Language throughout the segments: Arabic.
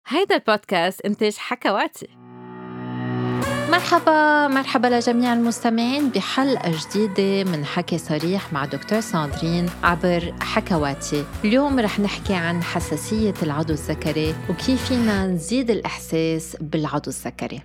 هيدا البودكاست إنتاج حكواتي. مرحبا لجميع المستمعين بحلقة جديدة من حكي صريح مع دكتور ساندرين عبر حكواتي. اليوم رح نحكي عن حساسية العضو الذكري وكيف فينا نزيد الإحساس بالعضو الذكري.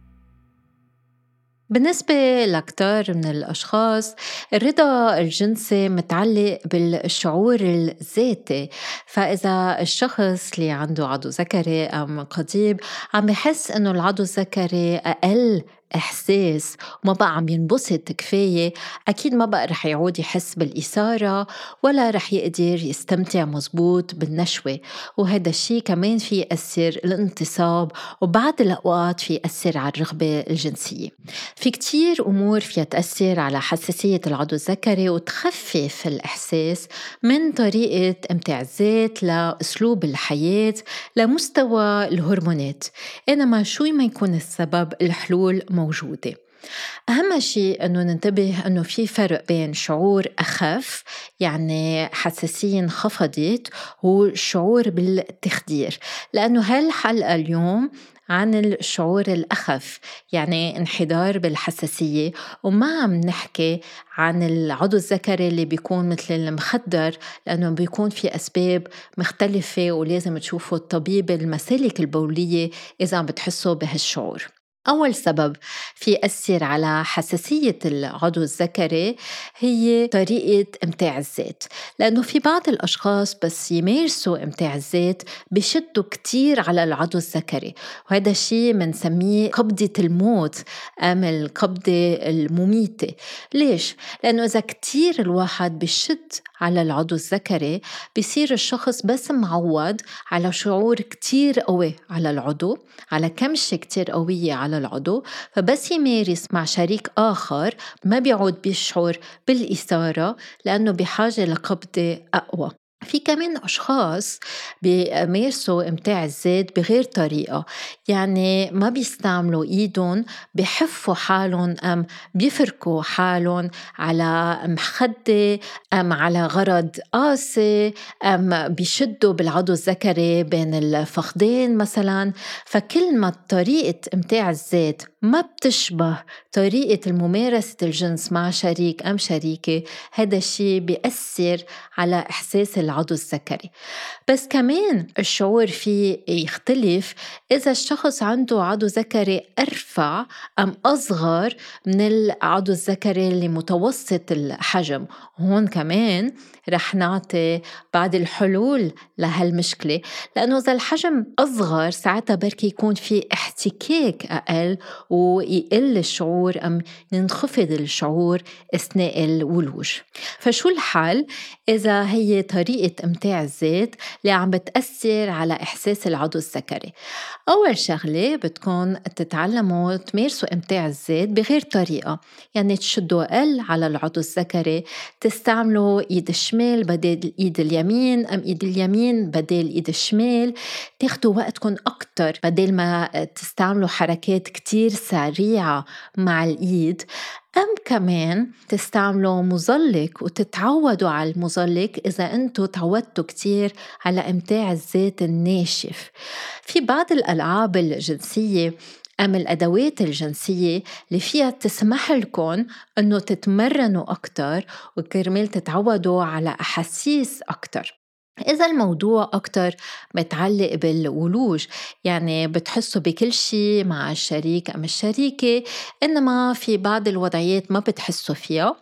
بالنسبة لكتار من الأشخاص الرضا الجنسي متعلق بالشعور الذاتي، فإذا الشخص اللي عنده عضو ذكري أم قضيب عم يحس إنه العضو الذكري أقل إحساس وما بقى عم ينبسط كفاية، أكيد ما بقى رح يعود يحس بالإثارة ولا رح يقدر يستمتع مزبوط بالنشوة، وهذا الشيء كمان في يأثر الانتصاب وبعض الأوقات في يأثر على الرغبة الجنسية. في كتير أمور فيها تأثر على حساسية العضو الذكري وتخفف الإحساس، من طريقة إمتاع الذات لأسلوب الحياة لمستوى الهرمونات. إنما شو ما يكون السبب الحلول موجودة. أهم شيء أنه ننتبه أنه في فرق بين شعور أخف، يعني حساسية انخفضت، وشعور بالتخدير، لأنه هالحلقة اليوم عن الشعور الأخف، يعني انحدار بالحساسية، وما عم نحكي عن العضو الذكري اللي بيكون مثل المخدر، لأنه بيكون في أسباب مختلفة ولازم تشوفوا الطبيب المسالك البولية إذا عم بتحسوا بهالشعور. أول سبب في يأثر على حساسية العضو الذكري هي طريقة إمتاع الذات، لأنه في بعض الأشخاص بس يمارسوا إمتاع الذات بيشدوا كتير على العضو الذكري، وهذا الشيء منسميه قبضة الموت أم القبضة المميتة. ليش؟ لأنه إذا كتير الواحد بيشد على العضو الذكري بيصير الشخص بس معود على شعور كتير قوي على العضو، على كمشة كتير قوية على العضو، فبس يمارس مع شريك آخر ما بيعود بيشعر بالإثارة لأنه بحاجة لقبضة أقوى. في كمان أشخاص بيمارسوا إمتاع الذات بغير طريقة، يعني ما بيستعملوا إيدهم، بيحفوا حالهم أم بيفركوا حالهم على مخدة أم على غرض قاسي أم بيشدوا بالعضو الذكري بين الفخذين مثلا. فكل ما طريقة إمتاع الذات ما بتشبه طريقة الممارسة الجنس مع شريك أم شريكة، هذا الشيء بيأثر على إحساس العضو الذكري. بس كمان الشعور فيه يختلف إذا الشخص عنده عضو ذكري أرفع أم أصغر من العضو الذكري اللي متوسط الحجم. هون كمان رح نعطي بعض الحلول لهالمشكلة، لأنه إذا الحجم أصغر ساعتها بركي يكون في احتكاك أقل ويقل الشعور أم ينخفض الشعور أثناء الولوج. فشو الحل إذا هي طريقة إمتاع الذات اللي عم بتأثر على إحساس العضو الذكري؟ أول شغلة بتكون تتعلموا تمارسوا إمتاع الذات بغير طريقة، يعني تشدوا أقل على العضو الذكري، تستعملوا إيد الشمال بدل إيد اليمين أم إيد اليمين بدل إيد الشمال، تاخدوا وقتكم أكتر بدل ما تستعملوا حركات كتير سريعة مع الإيد، أم كمان تستعملوا مزلق وتتعودوا على المزلق إذا أنتوا تعودتوا كتير على إمتاع الذات الناشف. في بعض الألعاب الجنسية أم الأدوات الجنسية اللي فيها تسمح لكم أنه تتمرنوا أكتر وكرمال تتعودوا على أحاسيس أكتر. إذا الموضوع أكتر متعلق بالولوج، يعني بتحسوا بكل شيء مع الشريك أم الشريكة، إنما في بعض الوضعيات ما بتحسوا فيها،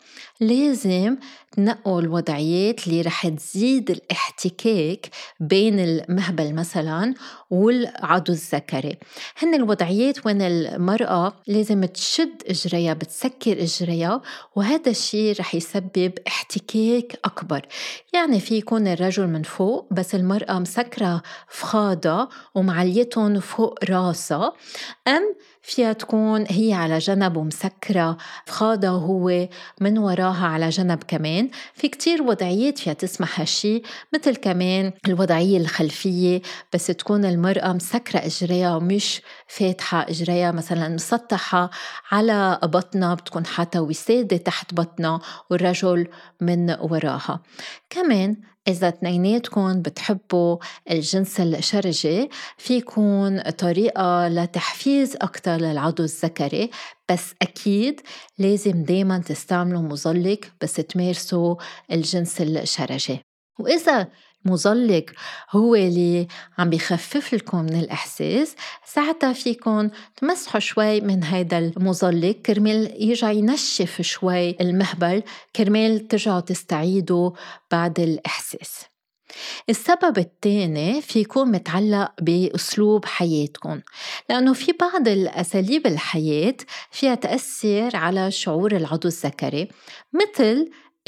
لازم تنقوا الوضعيات اللي رح تزيد الاحتكاك بين المهبل مثلا والعضو الذكري. هن الوضعيات وين المرأة لازم تشد إجريها، بتسكر إجريها، وهذا الشيء رح يسبب احتكاك أكبر. يعني في يكون الرجل من فوق بس المرأة مسكرة فخادة ومعليتهم فوق راسها، أم فيها تكون هي على جنب ومسكرة فخادة وهو من وراها على جنب. كمان في كتير وضعيات فيها تسمح هالشي، مثل كمان الوضعية الخلفية بس تكون المرأة مسكرة إجريها ومش فاتحة إجريها، مثلا مسطحة على بطنها، بتكون حاطة وسادة تحت بطنها والرجل من وراها. كمان إذا اتنيناتكن بتحبوا الجنس الشرجي في يكون طريقة لتحفيز أكتر للعضو الذكري، بس أكيد لازم دايما تستعملوا مزلق بس تمارسوا الجنس الشرجي. وإذا مزلق هو اللي عم بيخفف لكم من الإحساس، ساعتها فيكن تمسحوا شوي من هيدا المزلق كرمال يرجع ينشف شوي المهبل، كرمال ترجعوا تستعيدوا بعد الإحساس. السبب الثاني في يكون متعلق بأسلوب حياتكم، لأنه في بعض الأساليب الحياة فيها تأثير على شعور العضو الذكري، مثل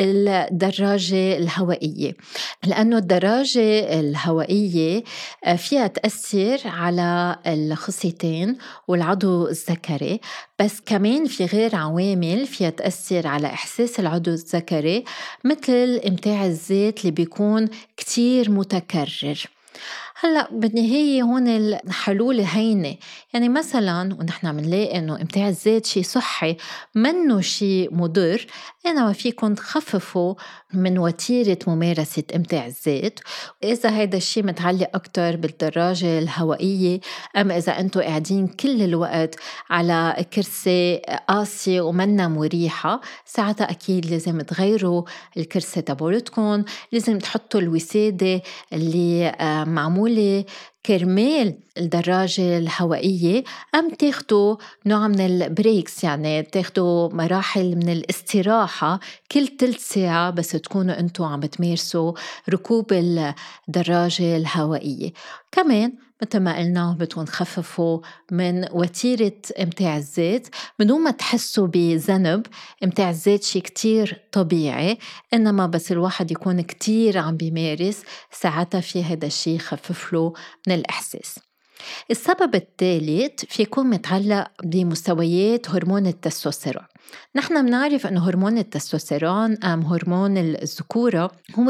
الدراجة الهوائية، لأنه الدراجة الهوائية فيها تأثير على الخصيتين والعضو الذكري، بس كمان في غير عوامل فيها تأثير على إحساس العضو الذكري، مثل إمتاع الذات اللي بيكون كتير متكرر. هلأ بالنهاية هون الحلول هينة، يعني مثلا ونحن منلاقي إنه إمتاع الذات شي صحي منه شي مضر، إنما فيكن تخففوا من وتيرة ممارسة إمتاع الذات. إذا هيدا الشي متعلق أكتر بالدراجة الهوائية، أما إذا أنتوا قاعدين كل الوقت على كرسي قاسي ومنا مريحة، ساعتها أكيد لازم تغيروا الكرسي تبولتكن، لازم تحطوا الوسادة اللي معمولة كرمال الدراجة الهوائية، أم تاخدوا نوع من البريكس، يعني تاخدوا مراحل من الاستراحة كل 3 ساعة بس تكونوا أنتوا عم تمارسوا ركوب الدراجة الهوائية. كمان مثل ما قلنا بدكم خففوا من وتيرة إمتاع الذات من دون ما تحسوا بذنب. إمتاع الذات شي كتير طبيعي، إنما بس الواحد يكون كتير عم بيمارس ساعتها في هذا الشي خفف له من الإحساس. السبب الثالث في يكون متعلق بمستويات هرمون التستوستيرون. نحن بنعرف أنه هرمون التستوستيرون أم هرمون الذكورة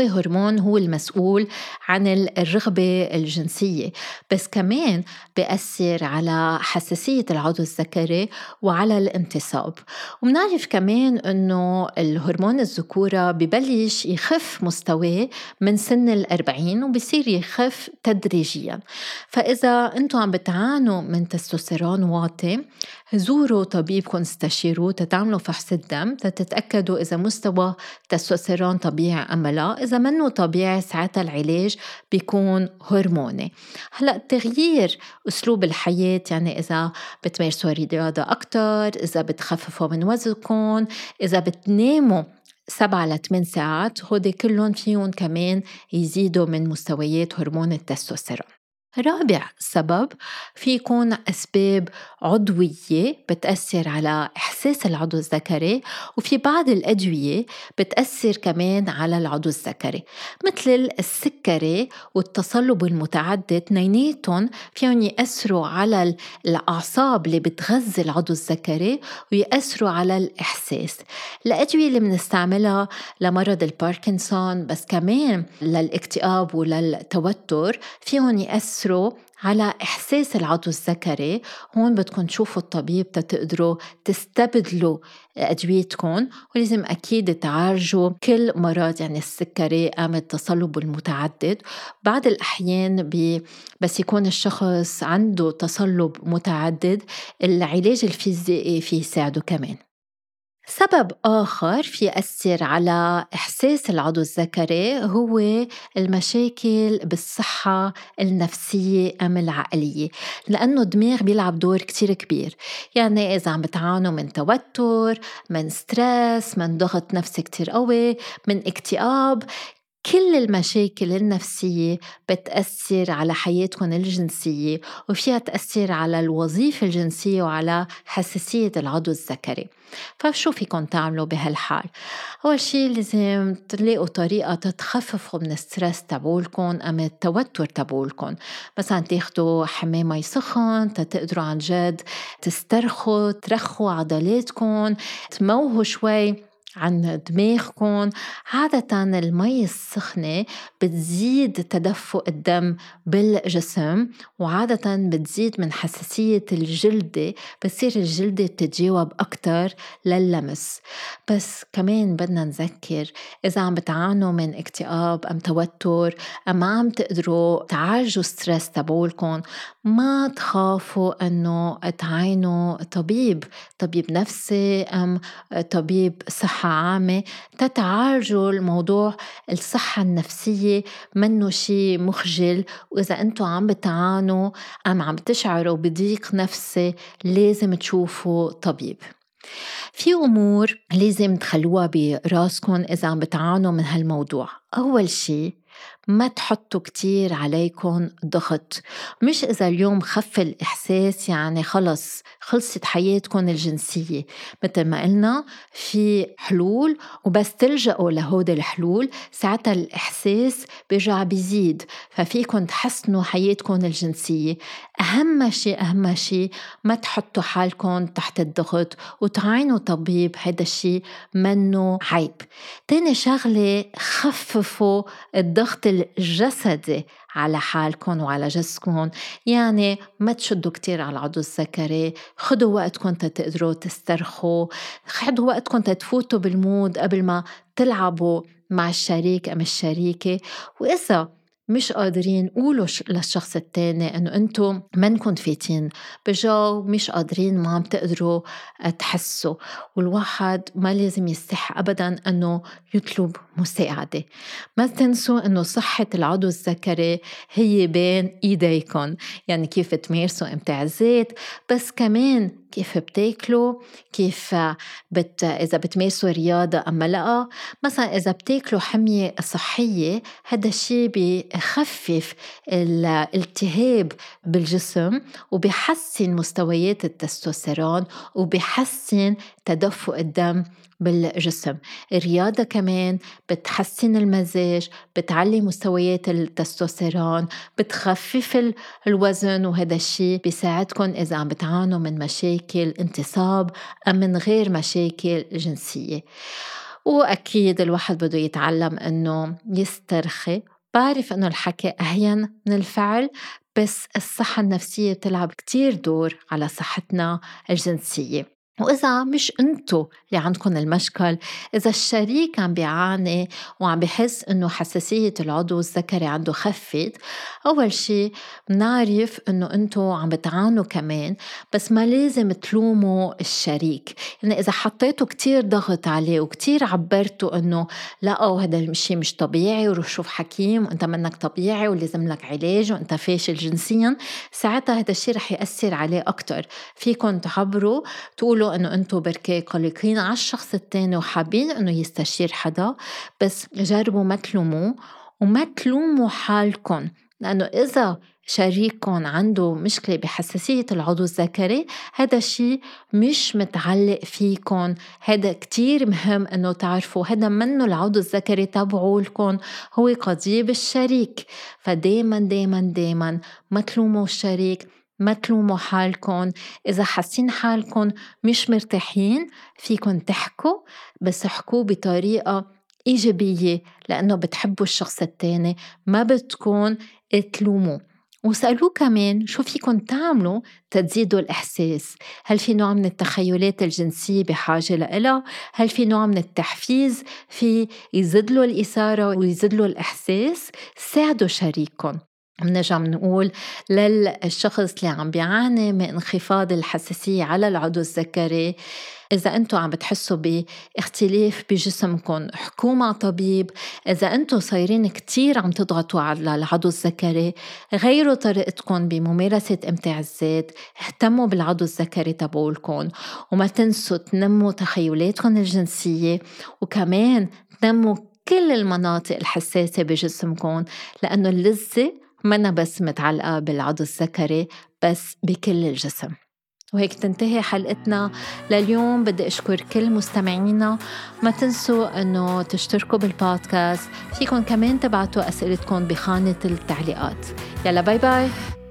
هو المسؤول عن الرغبة الجنسية، بس كمان بيأثر على حساسية العضو الذكري وعلى الانتصاب. وبنعرف كمان أنه الهرمون الذكورة ببلش يخف مستواه من سن 40 وبصير يخف تدريجيا. فإذا أنتوا عم بتعانوا من تستوستيرون واطي، زوروا طبيبكم، استشيروه تتعملوا فحص الدم تتأكدوا إذا مستوى تستوستيرون طبيعي أم لا. إذا منه طبيعي ساعتها العلاج بيكون هرموني. هلأ تغيير أسلوب الحياة، يعني إذا بتمارسوا رياضة أكتر، إذا بتخففوا من وزنكم، إذا بتناموا 7 ل 8 ساعات، هودي كلهم فيهم كمان يزيدوا من مستويات هرمون التستوستيرون. رابع سبب في يكون أسباب عضوية بتأثر على إحساس العضو الذكري، وفي بعض الأدوية بتأثر كمان على العضو الذكري، مثل السكري والتصلب المتعدد. نيناتهم فيهم يأثروا على الأعصاب اللي بتغذي العضو الذكري ويأثروا على الإحساس. الأدوية اللي بنستعملها لمرض الباركنسون بس كمان للاكتئاب وللتوتر فيهم يأثروا على إحساس العضو الذكري. هون بدكم تشوفوا الطبيب تقدروا تستبدلوا أدويتكم، ولازم أكيد تعالجوا كل مرض، يعني السكري أم التصلب المتعدد. بعض الأحيان بس يكون الشخص عنده تصلب متعدد، العلاج الفيزيائي فيه يساعده كمان. سبب آخر في يأثر على إحساس العضو الذكري هو المشاكل بالصحة النفسية أم العقلية، لأنه الدماغ بيلعب دور كتير كبير. يعني إذا عم بتعانوا من توتر، من ستريس، من ضغط نفسي كتير قوي، من اكتئاب، كل المشاكل النفسية بتأثر على حياتكم الجنسية، وفيها تأثر على الوظيفة الجنسية وعلى حساسية العضو الذكري. فشو فيكم تعملوا بهالحال؟ أول شي لازم تلاقوا طريقة تتخففوا من الستريس تبولكم أم التوتر تبولكم، مثلا تاخدوا حمام مي سخن تقدروا عن جد تسترخوا، ترخوا عضلاتكم، تموهوا شوي عن دماغكم. عادة المي السخنة بتزيد تدفق الدم بالجسم، وعادة بتزيد من حساسية الجلدة، بتصير الجلدة تتجاوب أكتر لللمس. بس كمان بدنا نذكر إذا عم بتعانوا من اكتئاب أم توتر أم ما عم تقدروا تعالجوا ستريس تبعولكم، ما تخافوا أنه تعينوا طبيب نفسي أم طبيب صحة عامة تتعالجوا الموضوع. الصحة النفسية منه شيء مخجل، وإذا أنتوا عم بتعانوا أم عم تشعروا بضيق نفسي لازم تشوفوا طبيب. في أمور لازم تخلوها براسكم إذا عم بتعانوا من هالموضوع. أول شيء ما تحطوا كتير عليكم ضغط. مش إذا اليوم خف الإحساس يعني خلصت حياتكم الجنسية. مثل ما قلنا في حلول، وبس تلجأوا لهود الحلول ساعتها الإحساس بيرجع بيزيد، ففيكم تحسنوا حياتكم الجنسية. أهم شيء ما تحطوا حالكم تحت الضغط وتعينوا طبيب، هذا الشيء منه عيب. تاني شغلة، خففوا الضغط الجسدي على حالكم وعلى جسمكم. يعني ما تشدوا كتير على العضو الذكري، خدوا وقتكم تقدروا تسترخوا، خدوا وقتكم تفوتوا بالمود قبل ما تلعبوا مع الشريك أم الشريكة. وإذا مش قادرين قولوا للشخص التاني أنه أنتم منكن فايتين بجو، مش قادرين، ما عم تقدروا تحسوا. والواحد ما لازم يستحق أبدا أنه يطلب مساعدة. ما تنسوا أنه صحة العضو الذكري هي بين إيديكم، يعني كيف تمارسوا إمتاع الذات، بس كمان كيف بتاكلوا، كيف إذا بتمارسوا رياضة أما لا. مثلا إذا بتاكلوا حمية صحية، هذا الشيء بيخفف الالتهاب بالجسم وبيحسن مستويات التستوستيرون وبيحسن تدفق الدم بالجسم. الرياضة كمان بتحسن المزاج، بتعلي مستويات التستوستيرون، بتخفف الوزن، وهذا الشيء بيساعدكم إذا عم بتعانوا من مشاكل انتصاب أم من غير مشاكل جنسية. وأكيد الواحد بده يتعلم أنه يسترخي. بعرف أنه الحكي أهين من الفعل، بس الصحة النفسية بتلعب كتير دور على صحتنا الجنسية. وإذا مش أنتو اللي عندكم المشكل، إذا الشريك عم بيعاني وعم بيحس أنه حساسية العضو الذكري عنده خفت، أول شيء بنعرف أنه أنتو عم بتعانوا كمان، بس ما لازم تلوموا الشريك. يعني إذا حطيتوا كتير ضغط عليه وكتير عبرتوا أنه لا هذا الشيء مش طبيعي وروح شوف حكيم وأنت منك طبيعي ولازم لك علاج وأنت فاشل جنسيا، ساعتها هذا الشيء رح يأثر عليه أكتر. فيكن تعبروا تقولوا أنه أنتوا بركي قلقين على الشخص التاني وحابين أنه يستشير حدا، بس جربوا ما تلوموا وما تلوموا حالكم. لأنه إذا شريككم عنده مشكلة بحساسية العضو الذكري، هذا الشيء مش متعلق فيكم. هذا كتير مهم أنه تعرفوا، هذا منه العضو الذكري تبعولكم، هو قضية بالشريك. فدايما دايما دايما ما تلوموا الشريك، ما تلوموا حالكم. إذا حاسين حالكم مش مرتاحين فيكم تحكوا، بس احكوا بطريقة إيجابية لأنه بتحبوا الشخص التاني، ما بتكون تلوموا. وسألوه كمان شو فيكم تعملوا تزيدوا الإحساس. هل في نوع من التخيلات الجنسية بحاجة لإلها؟ هل في نوع من التحفيز في يزيدلوا الإثارة ويزيدلوا الإحساس؟ ساعدوا شريككم. منرجع منقول للشخص اللي عم بيعاني من انخفاض الحساسية على العضو الذكري، إذا أنتوا عم بتحسوا باختلاف بجسمكم حكوا مع طبيب. إذا أنتوا صايرين كتير عم تضغطوا على العضو الذكري، غيروا طريقتكم بممارسة إمتاع الذات، اهتموا بالعضو الذكري تبعولكم، وما تنسوا تنموا تخيلاتكم الجنسية، وكمان تنموا كل المناطق الحساسة بجسمكم، لأنه اللذة منا بس متعلقة بالعضو الذكري بس بكل الجسم. وهيك تنتهي حلقتنا لليوم. بدي أشكر كل مستمعينا. ما تنسوا أنه تشتركوا بالبودكاست. فيكم كمان تبعتوا أسئلتكم بخانة التعليقات. يلا باي باي.